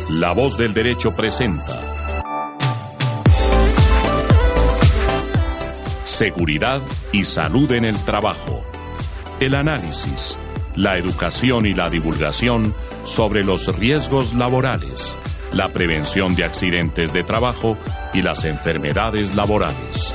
La Voz del Derecho presenta Seguridad y salud en el trabajo. El análisis, la educación y la divulgación sobre los riesgos laborales, la prevención de accidentes de trabajo y las enfermedades laborales.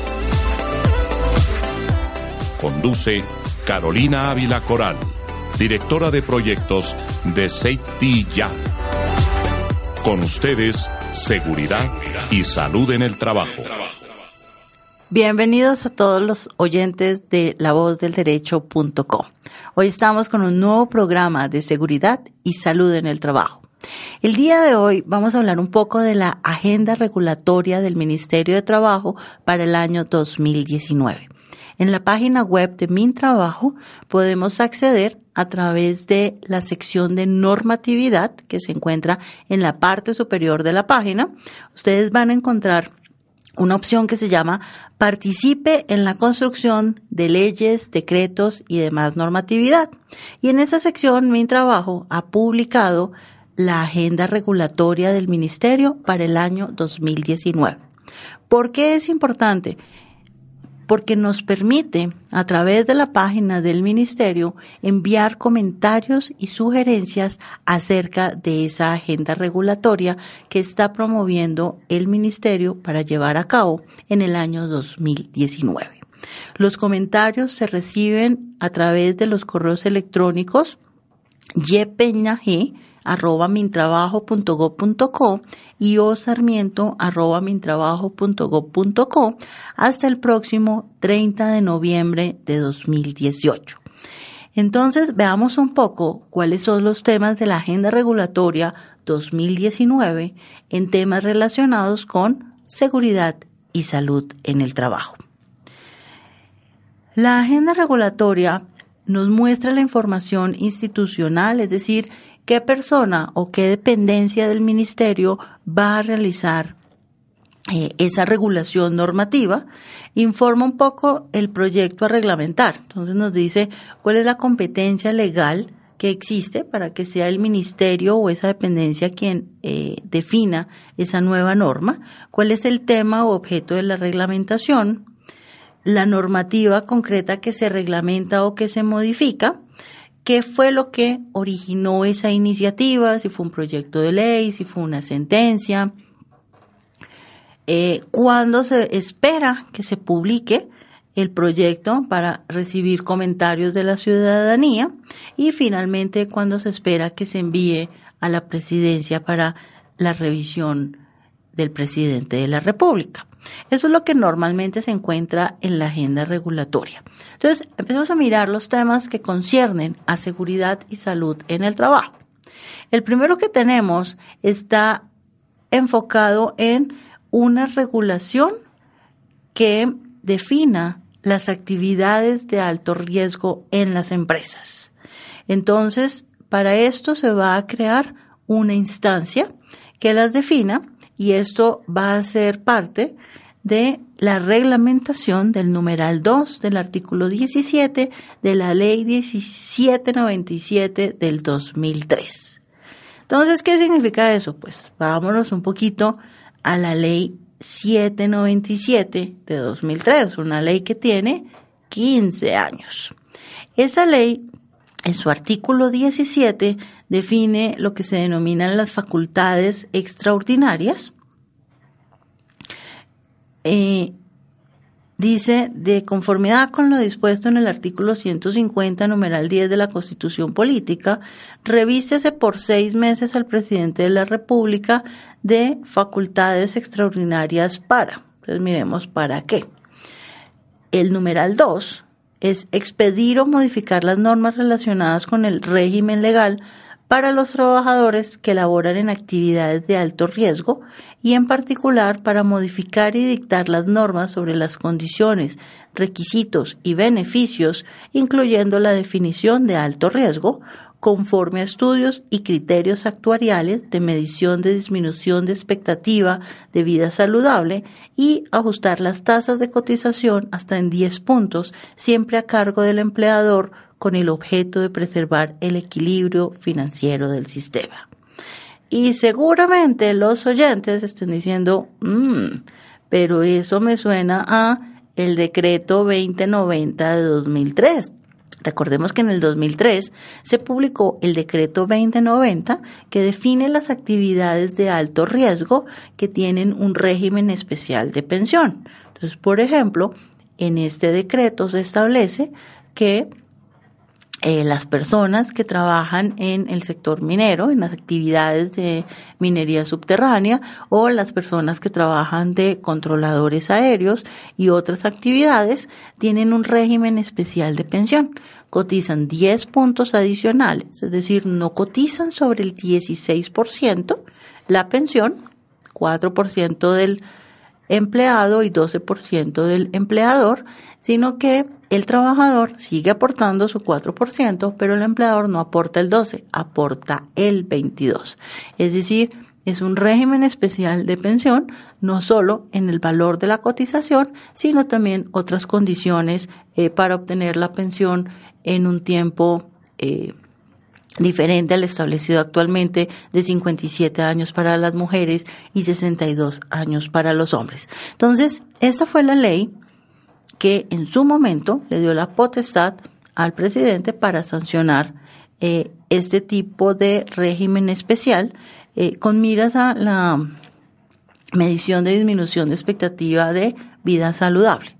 Conduce Carolina Ávila Coral, directora de proyectos de Safety Ya. Con ustedes, seguridad y salud en el trabajo. Bienvenidos a todos los oyentes de lavozdelderecho.com. Hoy estamos con un nuevo programa de seguridad y salud en el trabajo. El día de hoy vamos a hablar un poco de la agenda regulatoria del Ministerio de Trabajo para el año 2019. En la página web de MinTrabajo podemos acceder a través de la sección de normatividad que se encuentra en la parte superior de la página. Ustedes van a encontrar una opción que se llama Participe en la construcción de leyes, decretos y demás normatividad. Y en esa sección MinTrabajo ha publicado la agenda regulatoria del Ministerio para el año 2019. ¿Por qué es importante? Porque nos permite, a través de la página del Ministerio, enviar comentarios y sugerencias acerca de esa agenda regulatoria que está promoviendo el Ministerio para llevar a cabo en el año 2019. Los comentarios se reciben a través de los correos electrónicos ypeñag@mintrabajo.gov.co y osarmiento@mintrabajo.gov.co hasta el próximo 30 de noviembre de 2018. Entonces, veamos un poco cuáles son los temas de la Agenda Regulatoria 2019 en temas relacionados con seguridad y salud en el trabajo. La Agenda Regulatoria nos muestra la información institucional, es decir, qué persona o qué dependencia del ministerio va a realizar esa regulación normativa. Informa un poco el proyecto a reglamentar. Entonces nos dice cuál es la competencia legal que existe para que sea el ministerio o esa dependencia quien defina esa nueva norma, cuál es el tema o objeto de la reglamentación, la normativa concreta que se reglamenta o que se modifica, qué fue lo que originó esa iniciativa, si fue un proyecto de ley, si fue una sentencia, cuándo se espera que se publique el proyecto para recibir comentarios de la ciudadanía y finalmente cuándo se espera que se envíe a la presidencia para la revisión del presidente de la República. Eso es lo que normalmente se encuentra en la agenda regulatoria. Entonces, empezamos a mirar los temas que conciernen a seguridad y salud en el trabajo. El primero que tenemos está enfocado en una regulación que defina las actividades de alto riesgo en las empresas. Entonces, para esto se va a crear una instancia que las defina y esto va a ser parte de la reglamentación del numeral 2 del artículo 17 de la ley 1797 del 2003. Entonces, ¿qué significa eso? Pues vámonos un poquito a la ley 797 de 2003, una ley que tiene 15 años. Esa ley, en su artículo 17, define lo que se denominan las facultades extraordinarias. Dice, de conformidad con lo dispuesto en el artículo 150, numeral 10 de la Constitución Política, revístese por 6 meses al presidente de la República de facultades extraordinarias para. Entonces miremos para qué. El numeral 2 es expedir o modificar las normas relacionadas con el régimen legal para los trabajadores que laboran en actividades de alto riesgo y en particular para modificar y dictar las normas sobre las condiciones, requisitos y beneficios, incluyendo la definición de alto riesgo, conforme a estudios y criterios actuariales de medición de disminución de expectativa de vida saludable y ajustar las tasas de cotización hasta en 10 puntos, siempre a cargo del empleador, con el objeto de preservar el equilibrio financiero del sistema. Y seguramente los oyentes estén diciendo, pero eso me suena a el decreto 2090 de 2003. Recordemos que en el 2003 se publicó el decreto 2090 que define las actividades de alto riesgo que tienen un régimen especial de pensión. Entonces, por ejemplo, en este decreto se establece que las personas que trabajan en el sector minero, en las actividades de minería subterránea, o las personas que trabajan de controladores aéreos y otras actividades, tienen un régimen especial de pensión. Cotizan 10 puntos adicionales, es decir, no cotizan sobre el 16% la pensión, 4% del empleado y 12% del empleador, sino que el trabajador sigue aportando su 4%, pero el empleador no aporta el 12%, aporta el 22%. Es decir, es un régimen especial de pensión, no solo en el valor de la cotización, sino también otras condiciones para obtener la pensión en un tiempo diferente al establecido actualmente de 57 años para las mujeres y 62 años para los hombres. Entonces, esta fue la ley que en su momento le dio la potestad al presidente para sancionar este tipo de régimen especial con miras a la medición de disminución de expectativa de vida saludable.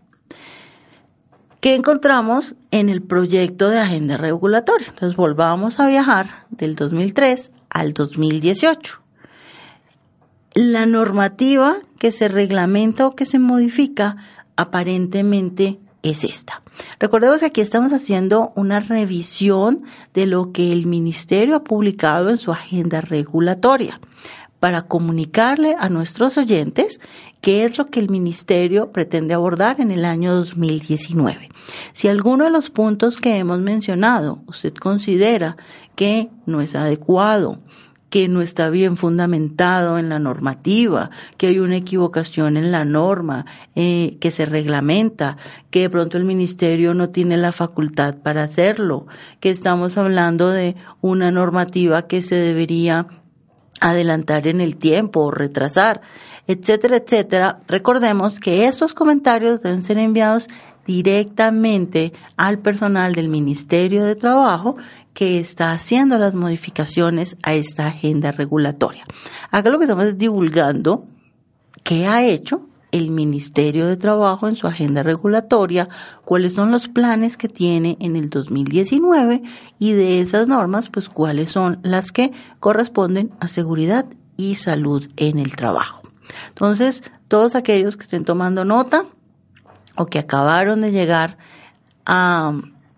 ¿Qué encontramos en el proyecto de agenda regulatoria? Entonces volvamos a viajar del 2003 al 2018. La normativa que se reglamenta o que se modifica aparentemente es esta. Recordemos que aquí estamos haciendo una revisión de lo que el Ministerio ha publicado en su agenda regulatoria para comunicarle a nuestros oyentes qué es lo que el Ministerio pretende abordar en el año 2019. Si alguno de los puntos que hemos mencionado usted considera que no es adecuado, que no está bien fundamentado en la normativa, que hay una equivocación en la norma, que se reglamenta, que de pronto el ministerio no tiene la facultad para hacerlo, que estamos hablando de una normativa que se debería adelantar en el tiempo o retrasar, etcétera, etcétera. Recordemos que estos comentarios deben ser enviados directamente al personal del Ministerio de Trabajo que está haciendo las modificaciones a esta agenda regulatoria. Acá lo que estamos es divulgando qué ha hecho el Ministerio de Trabajo en su agenda regulatoria, cuáles son los planes que tiene en el 2019 y de esas normas, pues cuáles son las que corresponden a seguridad y salud en el trabajo. Entonces, todos aquellos que estén tomando nota o que acabaron de llegar a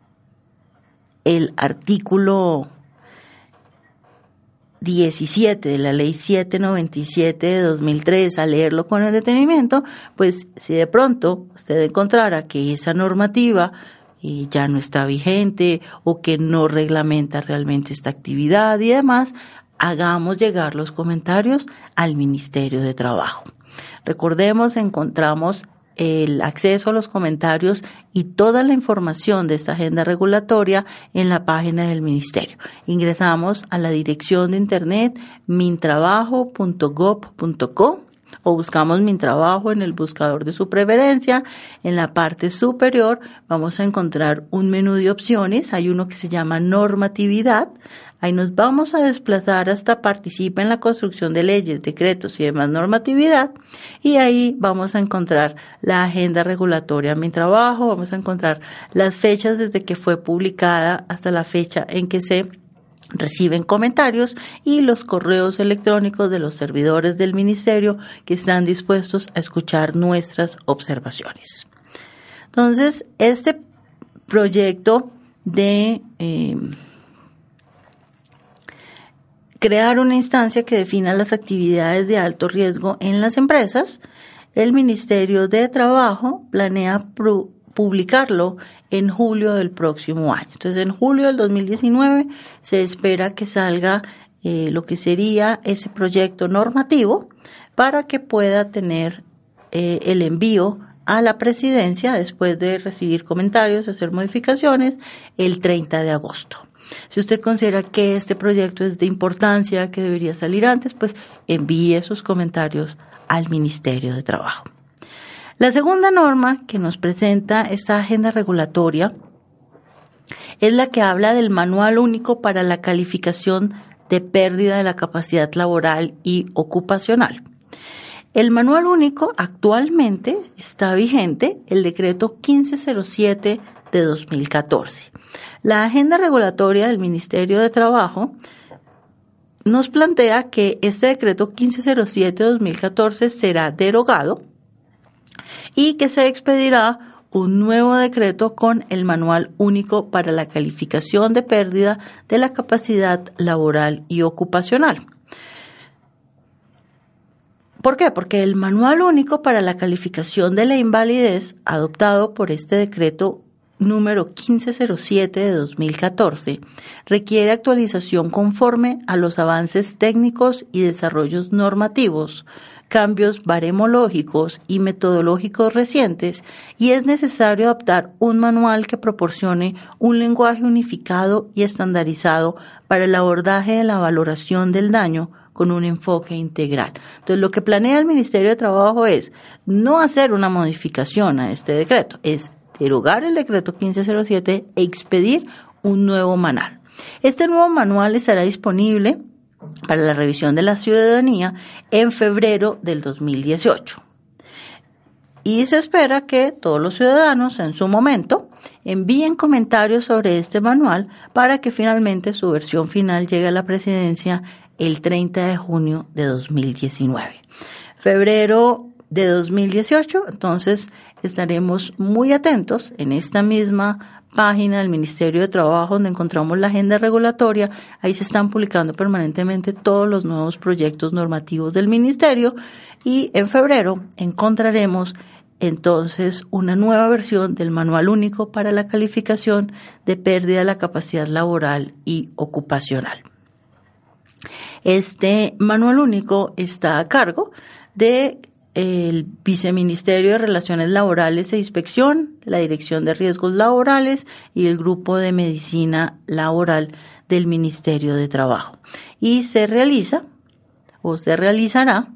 el artículo 17 de la ley 797 de 2003, a leerlo con el detenimiento, pues si de pronto usted encontrara que esa normativa ya no está vigente o que no reglamenta realmente esta actividad y demás, hagamos llegar los comentarios al Ministerio de Trabajo. Recordemos, encontramos el acceso a los comentarios y toda la información de esta agenda regulatoria en la página del Ministerio. Ingresamos a la dirección de internet mintrabajo.gov.co o buscamos Mintrabajo en el buscador de su preferencia. En la parte superior vamos a encontrar un menú de opciones. Hay uno que se llama normatividad. Ahí nos vamos a desplazar hasta participa en la construcción de leyes, decretos y demás normatividad. Y ahí vamos a encontrar la agenda regulatoria Mintrabajo. Vamos a encontrar las fechas desde que fue publicada hasta la fecha en que se reciben comentarios y los correos electrónicos de los servidores del ministerio que están dispuestos a escuchar nuestras observaciones. Entonces, este proyecto de crear una instancia que defina las actividades de alto riesgo en las empresas, el Ministerio de Trabajo planea publicarlo en julio del próximo año. Entonces, en julio del 2019 se espera que salga lo que sería ese proyecto normativo para que pueda tener el envío a la presidencia después de recibir comentarios, hacer modificaciones, el 30 de agosto. Si usted considera que este proyecto es de importancia, que debería salir antes, pues envíe sus comentarios al Ministerio de Trabajo. La segunda norma que nos presenta esta agenda regulatoria es la que habla del Manual Único para la Calificación de Pérdida de la Capacidad Laboral y Ocupacional. El Manual Único actualmente está vigente, el decreto 1507 de 2014. La agenda regulatoria del Ministerio de Trabajo nos plantea que este decreto 1507 de 2014 será derogado y que se expedirá un nuevo decreto con el Manual Único para la Calificación de Pérdida de la Capacidad Laboral y Ocupacional. ¿Por qué? Porque el Manual Único para la Calificación de la Invalidez, adoptado por este decreto número 1507 de 2014, requiere actualización conforme a los avances técnicos y desarrollos normativos, cambios baremológicos y metodológicos recientes, y es necesario adaptar un manual que proporcione un lenguaje unificado y estandarizado para el abordaje de la valoración del daño con un enfoque integral. Entonces, lo que planea el Ministerio de Trabajo es no hacer una modificación a este decreto, es derogar el decreto 1507 e expedir un nuevo manual. Este nuevo manual estará disponible para la revisión de la ciudadanía en febrero del 2018. Y se espera que todos los ciudadanos en su momento envíen comentarios sobre este manual para que finalmente su versión final llegue a la presidencia el 30 de junio de 2019. Febrero de 2018, entonces estaremos muy atentos en esta misma página del Ministerio de Trabajo donde encontramos la agenda regulatoria. Ahí se están publicando permanentemente todos los nuevos proyectos normativos del Ministerio y en febrero encontraremos entonces una nueva versión del Manual Único para la Calificación de Pérdida de la Capacidad Laboral y Ocupacional. Este Manual Único está a cargo de el Viceministerio de Relaciones Laborales e Inspección, la Dirección de Riesgos Laborales y el Grupo de Medicina Laboral del Ministerio de Trabajo. Y se realiza o se realizará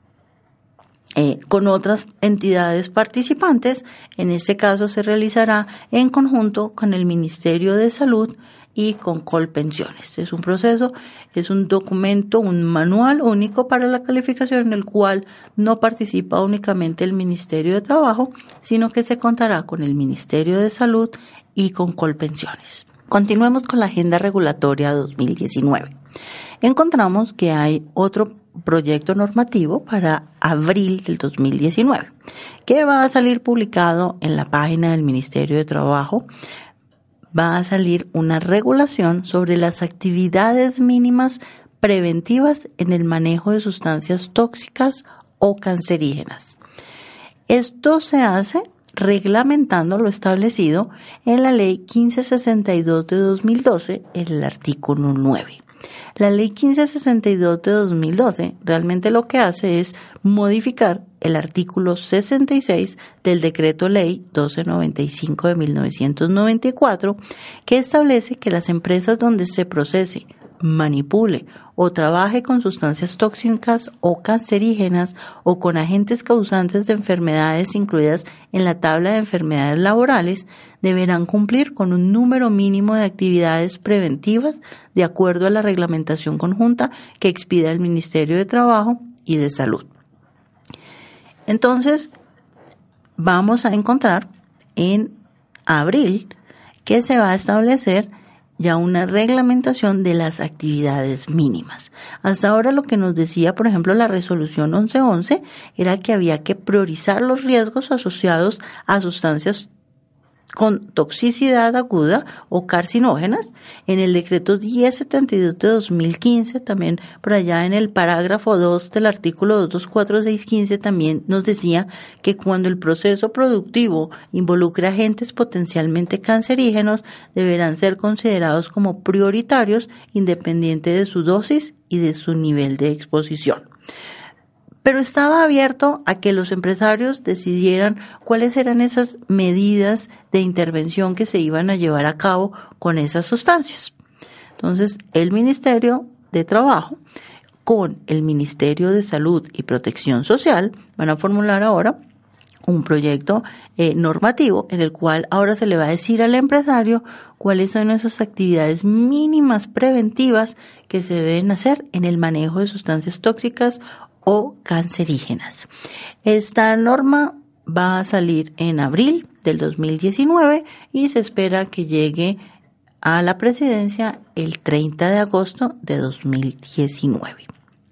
con otras entidades participantes. En este caso se realizará en conjunto con el Ministerio de Salud y con Colpensiones. Es un proceso, es un documento, un manual único para la calificación en el cual no participa únicamente el Ministerio de Trabajo, sino que se contará con el Ministerio de Salud y con Colpensiones. Continuemos con la Agenda Regulatoria 2019. Encontramos que hay otro proyecto normativo para abril del 2019, que va a salir publicado en la página del Ministerio de Trabajo. Va a salir una regulación sobre las actividades mínimas preventivas en el manejo de sustancias tóxicas o cancerígenas. Esto se hace reglamentando lo establecido en la Ley 1562 de 2012, en el artículo 9. La Ley 1562 de 2012 realmente lo que hace es modificar el artículo 66 del Decreto Ley 1295 de 1994, que establece que las empresas donde se procese, manipule o trabaje con sustancias tóxicas o cancerígenas o con agentes causantes de enfermedades incluidas en la tabla de enfermedades laborales deberán cumplir con un número mínimo de actividades preventivas de acuerdo a la reglamentación conjunta que expida el Ministerio de Trabajo y de Salud. Entonces, vamos a encontrar en abril que se va a establecer ya una reglamentación de las actividades mínimas. Hasta ahora lo que nos decía, por ejemplo, la resolución 1111 era que había que priorizar los riesgos asociados a sustancias con toxicidad aguda o carcinógenas. En el decreto 1072 de 2015, también por allá en el parágrafo 2 del artículo 224615 también nos decía que cuando el proceso productivo involucra agentes potencialmente cancerígenos, deberán ser considerados como prioritarios independiente de su dosis y de su nivel de exposición. Pero estaba abierto a que los empresarios decidieran cuáles eran esas medidas de intervención que se iban a llevar a cabo con esas sustancias. Entonces, el Ministerio de Trabajo con el Ministerio de Salud y Protección Social van a formular ahora un proyecto normativo en el cual ahora se le va a decir al empresario cuáles son esas actividades mínimas preventivas que se deben hacer en el manejo de sustancias tóxicas o cancerígenas. Esta norma va a salir en abril del 2019 y se espera que llegue a la presidencia el 30 de agosto de 2019.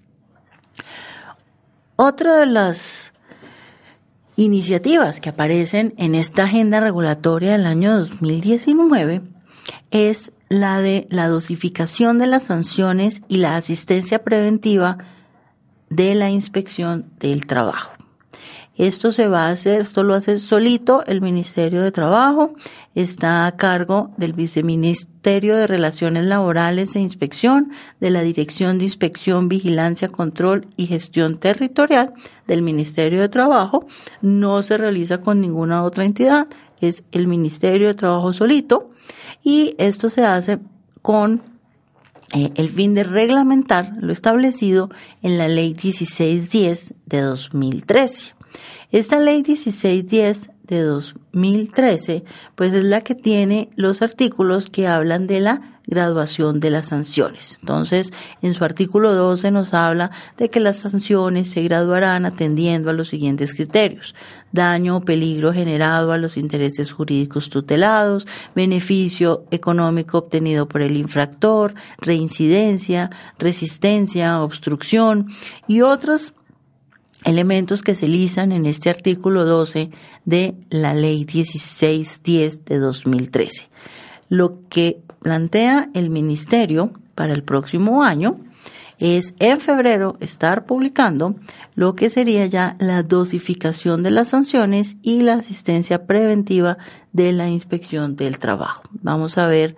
Otra de las iniciativas que aparecen en esta agenda regulatoria del año 2019 es la de la dosificación de las sanciones y la asistencia preventiva de la inspección del trabajo. Esto lo hace solito el Ministerio de Trabajo, está a cargo del Viceministerio de Relaciones Laborales e Inspección, de la Dirección de Inspección, Vigilancia, Control y Gestión Territorial del Ministerio de Trabajo. No se realiza con ninguna otra entidad, es el Ministerio de Trabajo solito, y esto se hace con el fin de reglamentar lo establecido en la Ley 1610 de 2013. Esta Ley 1610 de 2013, pues es la que tiene los artículos que hablan de la graduación de las sanciones. Entonces, en su artículo 12 nos habla de que las sanciones se graduarán atendiendo a los siguientes criterios: daño o peligro generado a los intereses jurídicos tutelados, beneficio económico obtenido por el infractor, reincidencia, resistencia, obstrucción y otros elementos que se listan en este artículo 12 de la Ley 1610 de 2013. Lo que plantea el Ministerio para el próximo año es en febrero estar publicando lo que sería ya la dosificación de las sanciones y la asistencia preventiva de la inspección del trabajo. Vamos a ver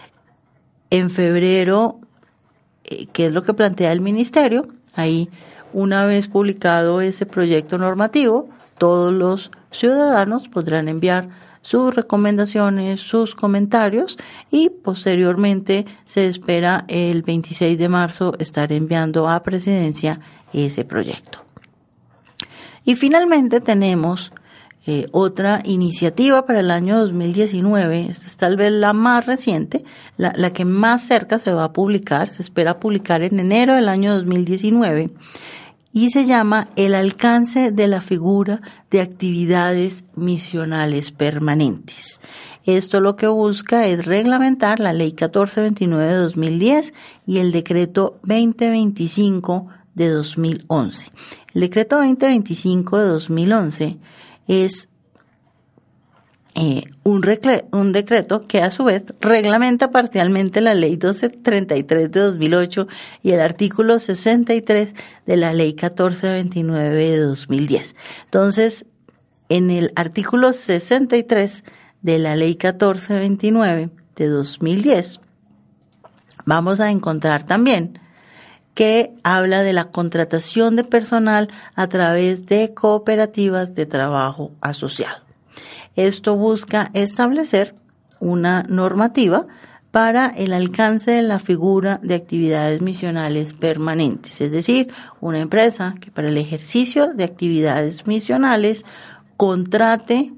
en febrero qué es lo que plantea el Ministerio. Ahí, una vez publicado ese proyecto normativo, todos los ciudadanos podrán enviar sus recomendaciones, sus comentarios y posteriormente se espera el 26 de marzo estar enviando a Presidencia ese proyecto. Y finalmente tenemos otra iniciativa para el año 2019, esta es tal vez la más reciente, la que más cerca se va a publicar, se espera publicar en enero del año 2019, y se llama el alcance de la figura de actividades misionales permanentes. Esto lo que busca es reglamentar la Ley 1429 de 2010 y el Decreto 2025 de 2011. El Decreto 2025 de 2011 es un decreto que a su vez reglamenta parcialmente la Ley 1233 de 2008 y el artículo 63 de la Ley 1429 de 2010. Entonces, en el artículo 63 de la Ley 1429 de 2010, vamos a encontrar también que habla de la contratación de personal a través de cooperativas de trabajo asociado. Esto busca establecer una normativa para el alcance de la figura de actividades misionales permanentes, es decir, una empresa que para el ejercicio de actividades misionales contrate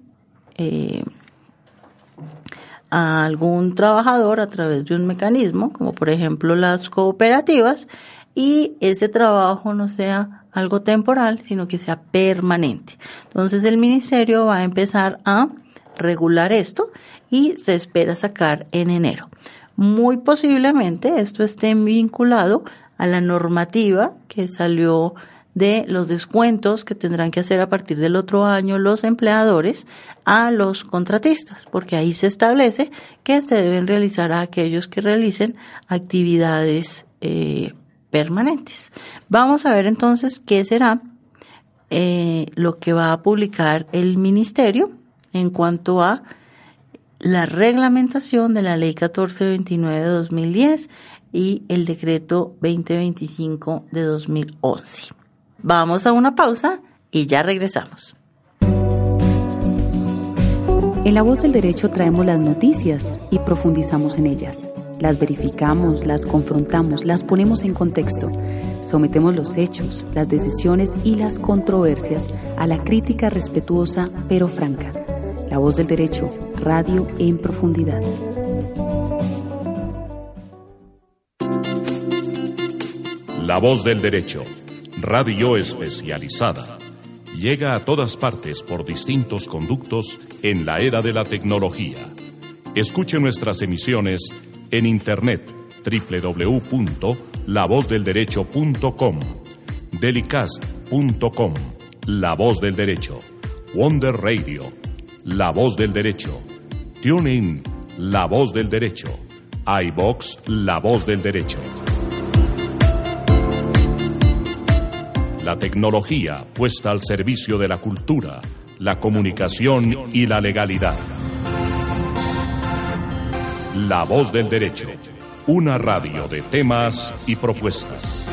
a algún trabajador a través de un mecanismo, como por ejemplo las cooperativas, y ese trabajo no sea algo temporal, sino que sea permanente. Entonces el Ministerio va a empezar a regular esto y se espera sacar en enero. Muy posiblemente esto esté vinculado a la normativa que salió de los descuentos que tendrán que hacer a partir del otro año los empleadores a los contratistas, porque ahí se establece que se deben realizar a aquellos que realicen actividades permanentes. Vamos a ver entonces qué será lo que va a publicar el Ministerio en cuanto a la reglamentación de la Ley 1429 de 2010 y el Decreto 2025 de 2011. Vamos a una pausa y ya regresamos. En La Voz del Derecho traemos las noticias y profundizamos en ellas. Las verificamos, las confrontamos, las ponemos en contexto. Sometemos los hechos, las decisiones y las controversias a la crítica respetuosa pero franca. La Voz del Derecho, radio en profundidad. La Voz del Derecho, radio especializada. Llega a todas partes por distintos conductos en la era de la tecnología. Escuche nuestras emisiones en internet www.lavozdelderecho.com, delicast.com, La Voz del Derecho, Wonder Radio, La Voz del Derecho, TuneIn, La Voz del Derecho, iVox, La Voz del Derecho. La tecnología puesta al servicio de la cultura, la comunicación y la legalidad. La Voz del Derecho, una radio de temas y propuestas.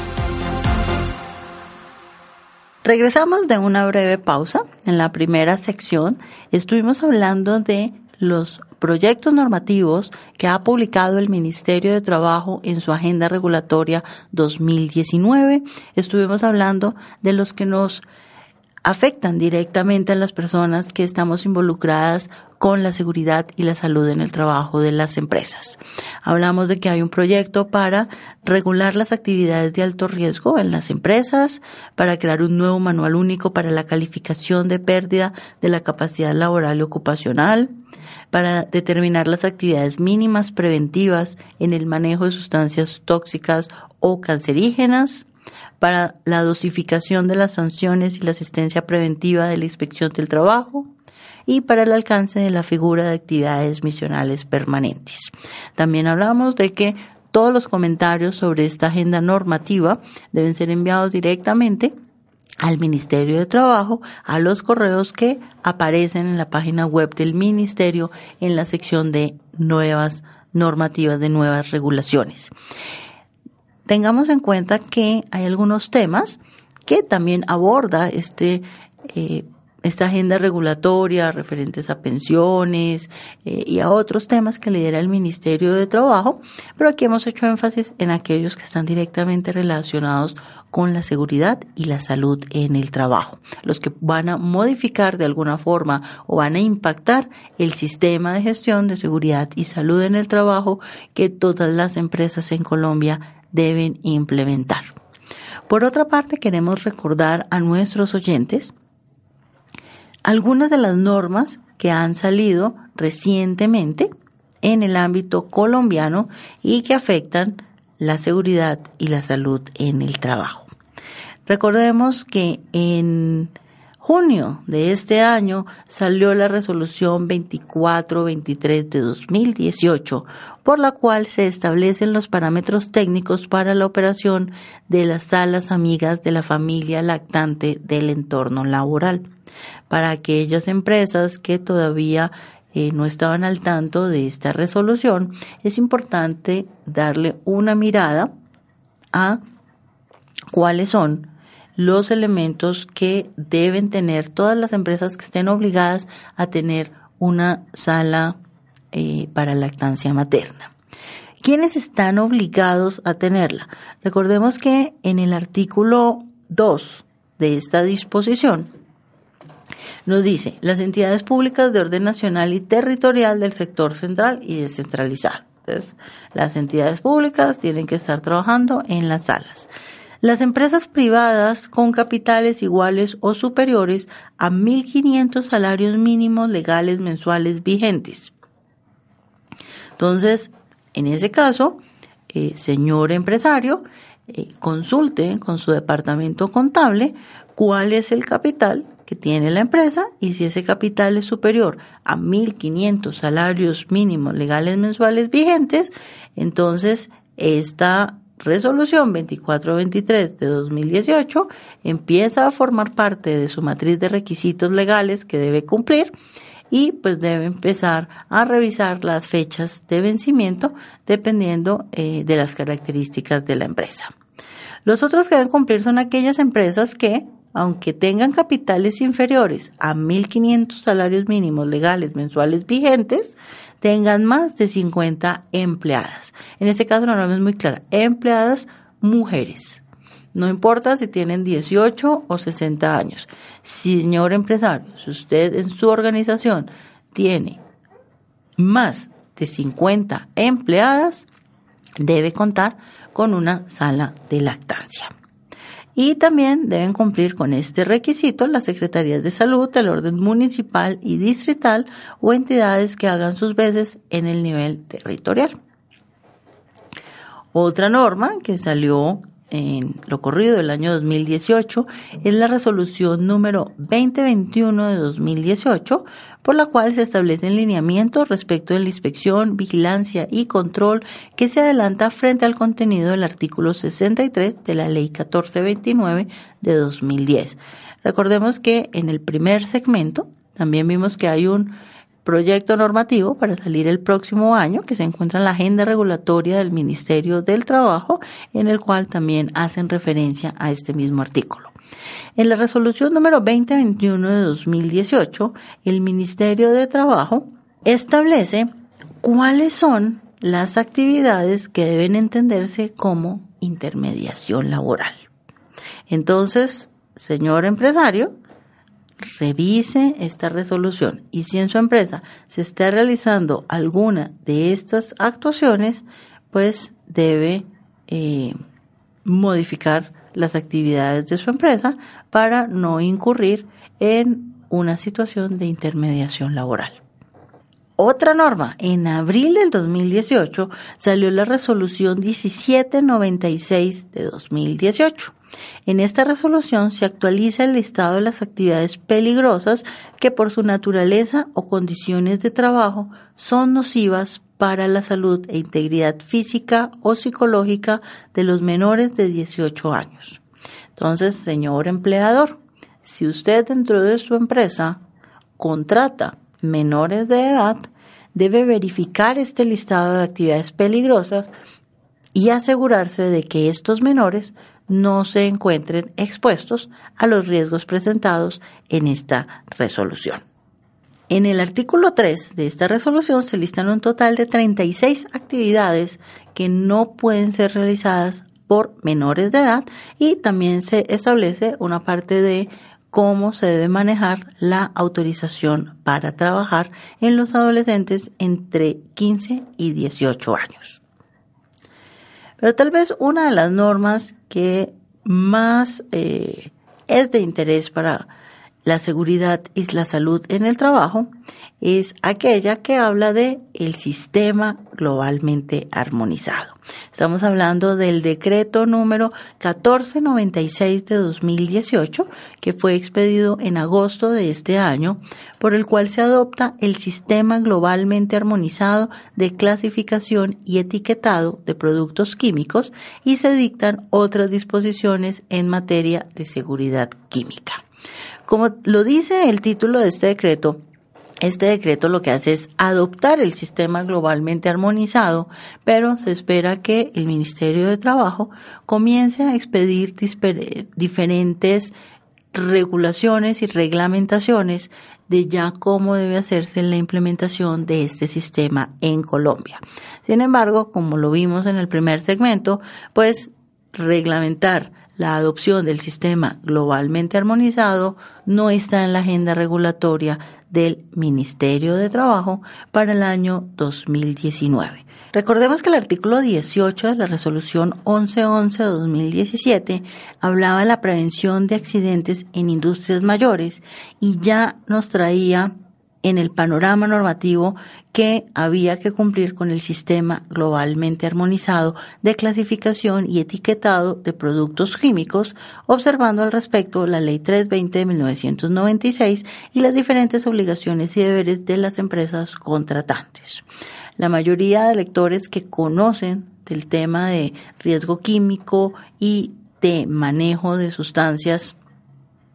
Regresamos de una breve pausa. En la primera sección estuvimos hablando de los proyectos normativos que ha publicado el Ministerio de Trabajo en su Agenda Regulatoria 2019. Estuvimos hablando de los que nos afectan directamente a las personas que estamos involucradas con la seguridad y la salud en el trabajo de las empresas. Hablamos de que hay un proyecto para regular las actividades de alto riesgo en las empresas, para crear un nuevo manual único para la calificación de pérdida de la capacidad laboral y ocupacional, para determinar las actividades mínimas preventivas en el manejo de sustancias tóxicas o cancerígenas, para la dosificación de las sanciones y la asistencia preventiva de la inspección del trabajo y para el alcance de la figura de actividades misionales permanentes. También hablamos de que todos los comentarios sobre esta agenda normativa deben ser enviados directamente al Ministerio de Trabajo, a los correos que aparecen en la página web del Ministerio en la sección de nuevas normativas, de nuevas regulaciones. Tengamos en cuenta que hay algunos temas que también aborda esta agenda regulatoria referentes a pensiones y a otros temas que lidera el Ministerio de Trabajo, pero aquí hemos hecho énfasis en aquellos que están directamente relacionados con la seguridad y la salud en el trabajo, los que van a modificar de alguna forma o van a impactar el sistema de gestión de seguridad y salud en el trabajo que todas las empresas en Colombia deben implementar. Por otra parte, queremos recordar a nuestros oyentes algunas de las normas que han salido recientemente en el ámbito colombiano y que afectan la seguridad y la salud en el trabajo. Recordemos que en junio de este año salió la resolución 2423 de 2018, por la cual se establecen los parámetros técnicos para la operación de las salas amigas de la familia lactante del entorno laboral. Para aquellas empresas que todavía no estaban al tanto de esta resolución, es importante darle una mirada a cuáles son los elementos que deben tener todas las empresas que estén obligadas a tener una sala para lactancia materna. ¿Quiénes están obligados a tenerla? Recordemos que en el artículo 2 de esta disposición nos dice: las entidades públicas de orden nacional y territorial del sector central y descentralizado. Entonces, las entidades públicas tienen que estar trabajando en las salas. Las empresas privadas con capitales iguales o superiores a 1.500 salarios mínimos legales mensuales vigentes. Entonces, en ese caso, señor empresario, consulte con su departamento contable cuál es el capital que tiene la empresa y si ese capital es superior a 1.500 salarios mínimos legales mensuales vigentes, entonces esta Resolución 2423 de 2018 empieza a formar parte de su matriz de requisitos legales que debe cumplir y pues debe empezar a revisar las fechas de vencimiento dependiendo de las características de la empresa. Los otros que deben cumplir son aquellas empresas que aunque tengan capitales inferiores a 1.500 salarios mínimos legales mensuales vigentes, tengan más de 50 empleadas. En este caso la norma es muy clara, empleadas mujeres. No importa si tienen 18 o 60 años. Señor empresario, si usted en su organización tiene más de 50 empleadas, debe contar con una sala de lactancia. Y también deben cumplir con este requisito las secretarías de salud del orden municipal y distrital o entidades que hagan sus veces en el nivel territorial. Otra norma que salió en lo corrido del año 2018 es la resolución número 2021 de 2018, por la cual se establecen lineamientos respecto de la inspección, vigilancia y control que se adelanta frente al contenido del artículo 63 de la Ley 1429 de 2010. Recordemos que en el primer segmento también vimos que hay un proyecto normativo para salir el próximo año que se encuentra en la agenda regulatoria del Ministerio del Trabajo, en el cual también hacen referencia a este mismo artículo. En la resolución número 2021 de 2018, el Ministerio de Trabajo establece cuáles son las actividades que deben entenderse como intermediación laboral. Entonces, señor empresario, revise esta resolución y si en su empresa se está realizando alguna de estas actuaciones, pues debe modificar las actividades de su empresa para no incurrir en una situación de intermediación laboral. Otra norma, en abril del 2018 salió la resolución 1796 de 2018. En esta resolución se actualiza el listado de las actividades peligrosas que por su naturaleza o condiciones de trabajo son nocivas para la salud e integridad física o psicológica de los menores de 18 años. Entonces, señor empleador, si usted dentro de su empresa contrata menores de edad, debe verificar este listado de actividades peligrosas y asegurarse de que estos menores no se encuentren expuestos a los riesgos presentados en esta resolución. En el artículo 3 de esta resolución se listan un total de 36 actividades que no pueden ser realizadas por menores de edad y también se establece una parte de cómo se debe manejar la autorización para trabajar en los adolescentes entre 15 y 18 años. Pero tal vez una de las normas que más es de interés para la seguridad y la salud en el trabajo es aquella que habla de el sistema globalmente armonizado. Estamos hablando del decreto número 1496 de 2018, que fue expedido en agosto de este año, por el cual se adopta el sistema globalmente armonizado de clasificación y etiquetado de productos químicos y se dictan otras disposiciones en materia de seguridad química. Como lo dice el título de este decreto lo que hace es adoptar el sistema globalmente armonizado, pero se espera que el Ministerio de Trabajo comience a expedir diferentes regulaciones y reglamentaciones de ya cómo debe hacerse la implementación de este sistema en Colombia. Sin embargo, como lo vimos en el primer segmento, pues reglamentar la adopción del sistema globalmente armonizado no está en la agenda regulatoria del Ministerio de Trabajo para el año 2019. Recordemos que el artículo 18 de la resolución 1111 de 2017 hablaba de la prevención de accidentes en industrias mayores y ya nos traía en el panorama normativo que había que cumplir con el sistema globalmente armonizado de clasificación y etiquetado de productos químicos, observando al respecto la Ley 320 de 1996 y las diferentes obligaciones y deberes de las empresas contratantes. La mayoría de lectores que conocen del tema de riesgo químico y de manejo de sustancias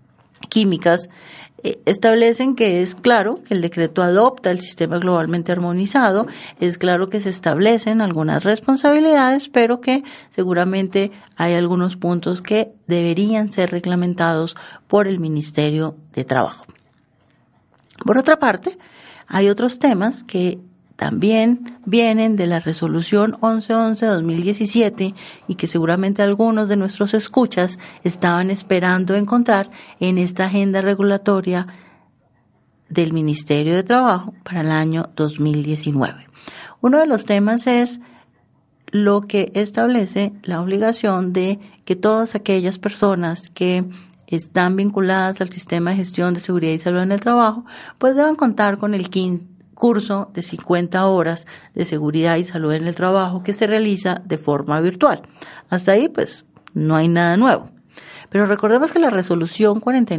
químicas, establecen que es claro que el decreto adopta el sistema globalmente armonizado, es claro que se establecen algunas responsabilidades, pero que seguramente hay algunos puntos que deberían ser reglamentados por el Ministerio de Trabajo. Por otra parte, hay otros temas que también vienen de la resolución 1111-2017 y que seguramente algunos de nuestros escuchas estaban esperando encontrar en esta agenda regulatoria del Ministerio de Trabajo para el año 2019. Uno de los temas es lo que establece la obligación de que todas aquellas personas que están vinculadas al sistema de gestión de seguridad y salud en el trabajo, pues deban contar con el curso de 50 horas de seguridad y salud en el trabajo que se realiza de forma virtual. Hasta ahí, pues, no hay nada nuevo. Pero recordemos que la resolución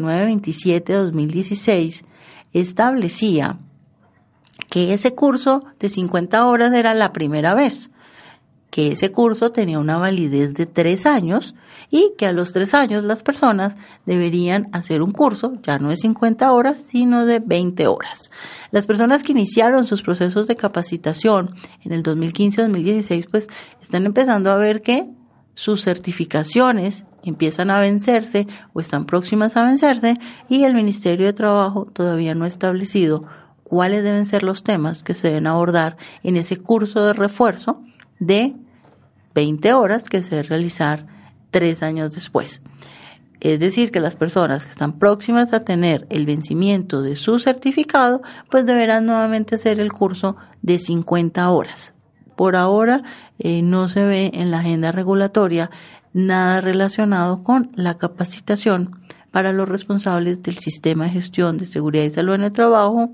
4927-2016 establecía que ese curso de 50 horas era la primera vez, que ese curso tenía una validez de 3 años y que a los 3 años las personas deberían hacer un curso, ya no de 50 horas, sino de 20 horas. Las personas que iniciaron sus procesos de capacitación en el 2015-2016, pues están empezando a ver que sus certificaciones empiezan a vencerse o están próximas a vencerse y el Ministerio de Trabajo todavía no ha establecido cuáles deben ser los temas que se deben abordar en ese curso de refuerzo de 20 horas que se debe realizar 3 años después. Es decir, que las personas que están próximas a tener el vencimiento de su certificado, pues deberán nuevamente hacer el curso de 50 horas. Por ahora no se ve en la agenda regulatoria nada relacionado con la capacitación para los responsables del sistema de gestión de seguridad y salud en el trabajo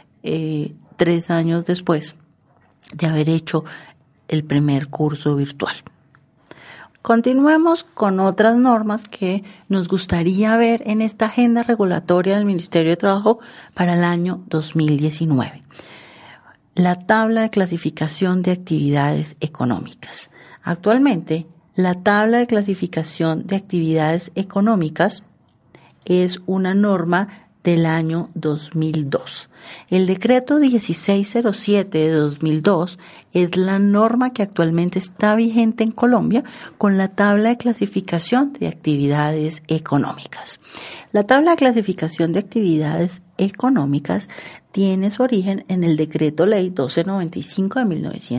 3 años después de haber hecho el primer curso virtual. Continuemos con otras normas que nos gustaría ver en esta agenda regulatoria del Ministerio de Trabajo para el año 2019. La tabla de clasificación de actividades económicas. Actualmente, la tabla de clasificación de actividades económicas es una norma del año 2002. El decreto 1607 de 2002 es la norma que actualmente está vigente en Colombia con la tabla de clasificación de actividades económicas. La tabla de clasificación de actividades económicas tiene su origen en el decreto ley 1295 de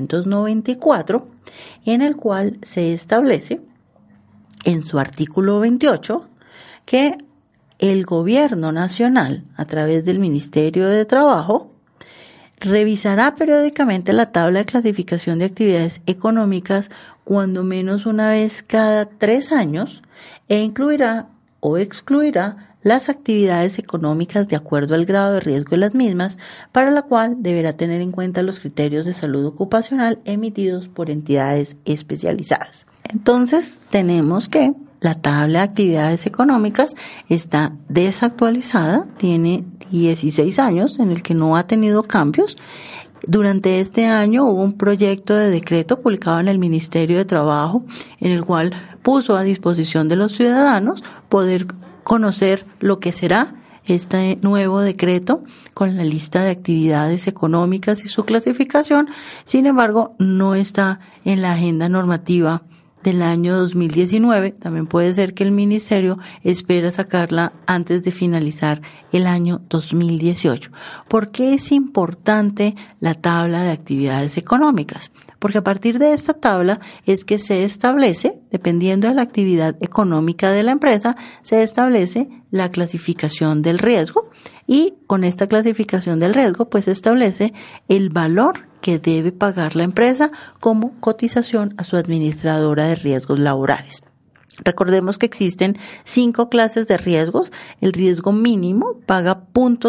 1994, en el cual se establece en su artículo 28 que el Gobierno Nacional, a través del Ministerio de Trabajo, revisará periódicamente la tabla de clasificación de actividades económicas cuando menos una vez cada 3 años e incluirá o excluirá las actividades económicas de acuerdo al grado de riesgo de las mismas, para la cual deberá tener en cuenta los criterios de salud ocupacional emitidos por entidades especializadas. Entonces, tenemos que la tabla de actividades económicas está desactualizada, tiene 16 años en el que no ha tenido cambios. Durante este año hubo un proyecto de decreto publicado en el Ministerio de Trabajo en el cual puso a disposición de los ciudadanos poder conocer lo que será este nuevo decreto con la lista de actividades económicas y su clasificación. Sin embargo, no está en la agenda normativa del año 2019, también puede ser que el ministerio espera sacarla antes de finalizar el año 2018. ¿Por qué es importante la tabla de actividades económicas? Porque a partir de esta tabla es que se establece, dependiendo de la actividad económica de la empresa, se establece la clasificación del riesgo y con esta clasificación del riesgo pues se establece el valor que debe pagar la empresa como cotización a su administradora de riesgos laborales. Recordemos que existen 5 clases de riesgos. El riesgo mínimo paga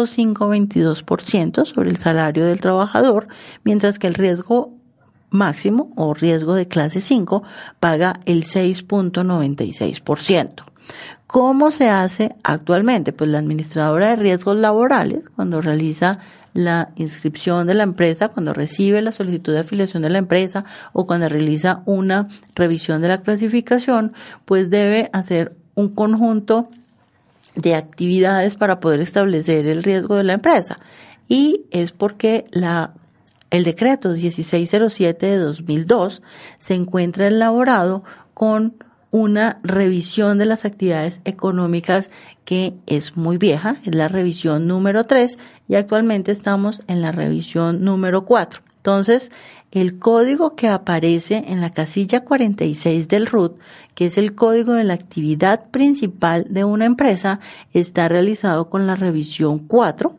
0.522% sobre el salario del trabajador, mientras que el riesgo máximo o riesgo de clase 5 paga el 6.96%. ¿Cómo se hace actualmente? Pues la administradora de riesgos laborales, cuando realiza la inscripción de la empresa, cuando recibe la solicitud de afiliación de la empresa o cuando realiza una revisión de la clasificación, pues debe hacer un conjunto de actividades para poder establecer el riesgo de la empresa. Y es porque el decreto 1607 de 2002 se encuentra elaborado con una revisión de las actividades económicas que es muy vieja, es la revisión número 3 y actualmente estamos en la revisión número 4. Entonces, el código que aparece en la casilla 46 del RUT, que es el código de la actividad principal de una empresa, está realizado con la revisión 4,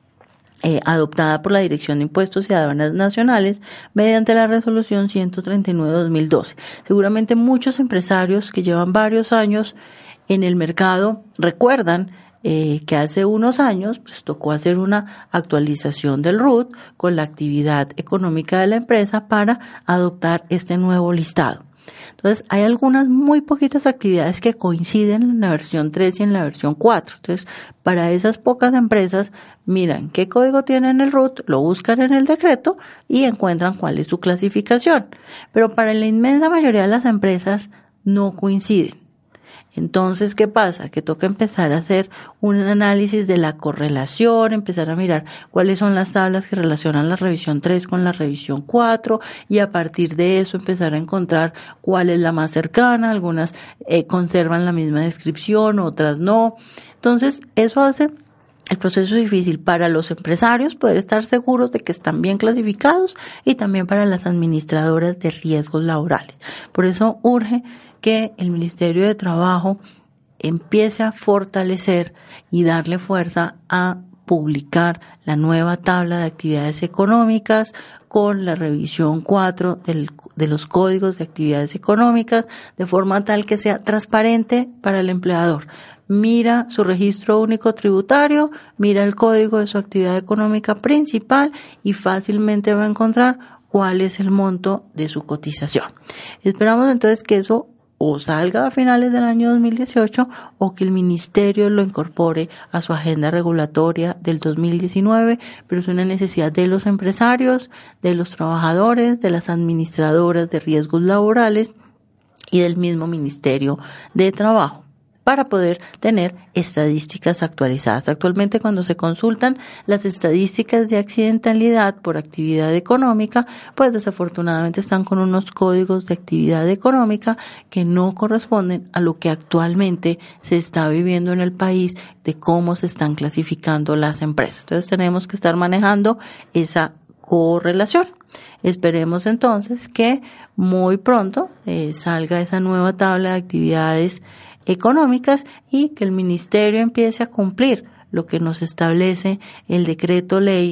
adoptada por la Dirección de Impuestos y Aduanas Nacionales mediante la resolución 139/2012. Seguramente muchos empresarios que llevan varios años en el mercado recuerdan que hace unos años pues tocó hacer una actualización del RUT con la actividad económica de la empresa para adoptar este nuevo listado. Entonces, hay algunas muy poquitas actividades que coinciden en la versión 3 y en la versión 4. Entonces, para esas pocas empresas, miran qué código tienen el RUT, lo buscan en el decreto y encuentran cuál es su clasificación. Pero para la inmensa mayoría de las empresas no coinciden. Entonces, ¿qué pasa? Que toca empezar a hacer un análisis de la correlación, empezar a mirar cuáles son las tablas que relacionan la revisión 3 con la revisión 4 y a partir de eso empezar a encontrar cuál es la más cercana. Algunas conservan la misma descripción, otras no. Entonces, eso hace el proceso difícil para los empresarios poder estar seguros de que están bien clasificados y también para las administradoras de riesgos laborales. Por eso urge que el Ministerio de Trabajo empiece a fortalecer y darle fuerza a publicar la nueva tabla de actividades económicas con la revisión 4 de los códigos de actividades económicas de forma tal que sea transparente para el empleador. Mira su registro único tributario, mira el código de su actividad económica principal y fácilmente va a encontrar cuál es el monto de su cotización. Esperamos entonces que eso o salga a finales del año 2018 o que el ministerio lo incorpore a su agenda regulatoria del 2019, pero es una necesidad de los empresarios, de los trabajadores, de las administradoras de riesgos laborales y del mismo Ministerio de Trabajo, para poder tener estadísticas actualizadas. Actualmente, cuando se consultan las estadísticas de accidentalidad por actividad económica, pues desafortunadamente están con unos códigos de actividad económica que no corresponden a lo que actualmente se está viviendo en el país, de cómo se están clasificando las empresas. Entonces, tenemos que estar manejando esa correlación. Esperemos entonces que muy pronto salga esa nueva tabla de actividades económicas y que el ministerio empiece a cumplir lo que nos establece el decreto ley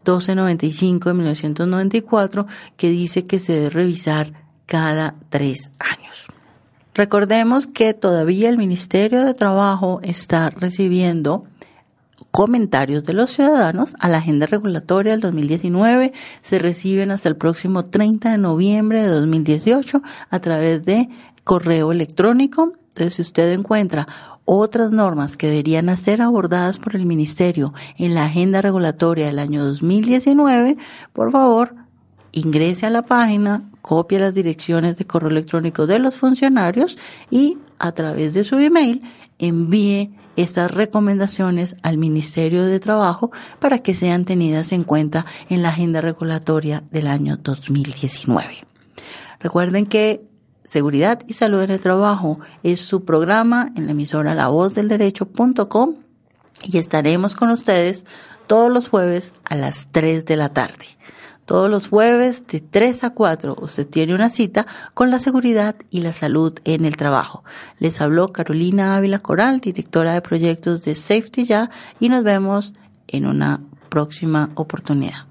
1295 de 1994, que dice que se debe revisar cada 3 años. Recordemos que todavía el Ministerio de Trabajo está recibiendo comentarios de los ciudadanos a la agenda regulatoria del 2019. Se reciben hasta el próximo 30 de noviembre de 2018 a través de correo electrónico. Entonces, si usted encuentra otras normas que deberían ser abordadas por el Ministerio en la agenda regulatoria del año 2019, por favor, ingrese a la página, copie las direcciones de correo electrónico de los funcionarios y a través de su email envíe estas recomendaciones al Ministerio de Trabajo para que sean tenidas en cuenta en la agenda regulatoria del año 2019. Recuerden que Seguridad y Salud en el Trabajo es su programa en la emisora lavozdelderecho.com y estaremos con ustedes todos los jueves a las 3 de la tarde. Todos los jueves de 3 a 4 usted tiene una cita con la seguridad y la salud en el trabajo. Les habló Carolina Ávila Coral, directora de proyectos de Safety Ya, y nos vemos en una próxima oportunidad.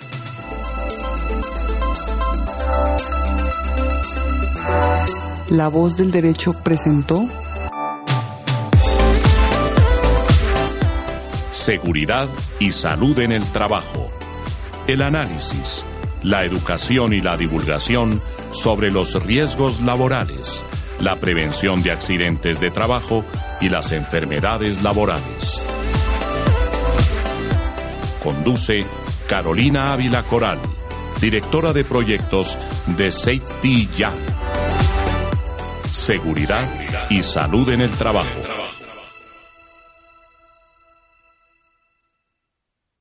La Voz del Derecho presentó Seguridad y Salud en el Trabajo. El análisis, la educación y la divulgación sobre los riesgos laborales, la prevención de accidentes de trabajo y las enfermedades laborales. Conduce Carolina Ávila Coral, directora de proyectos de Safety Ya. Seguridad y Salud en el Trabajo.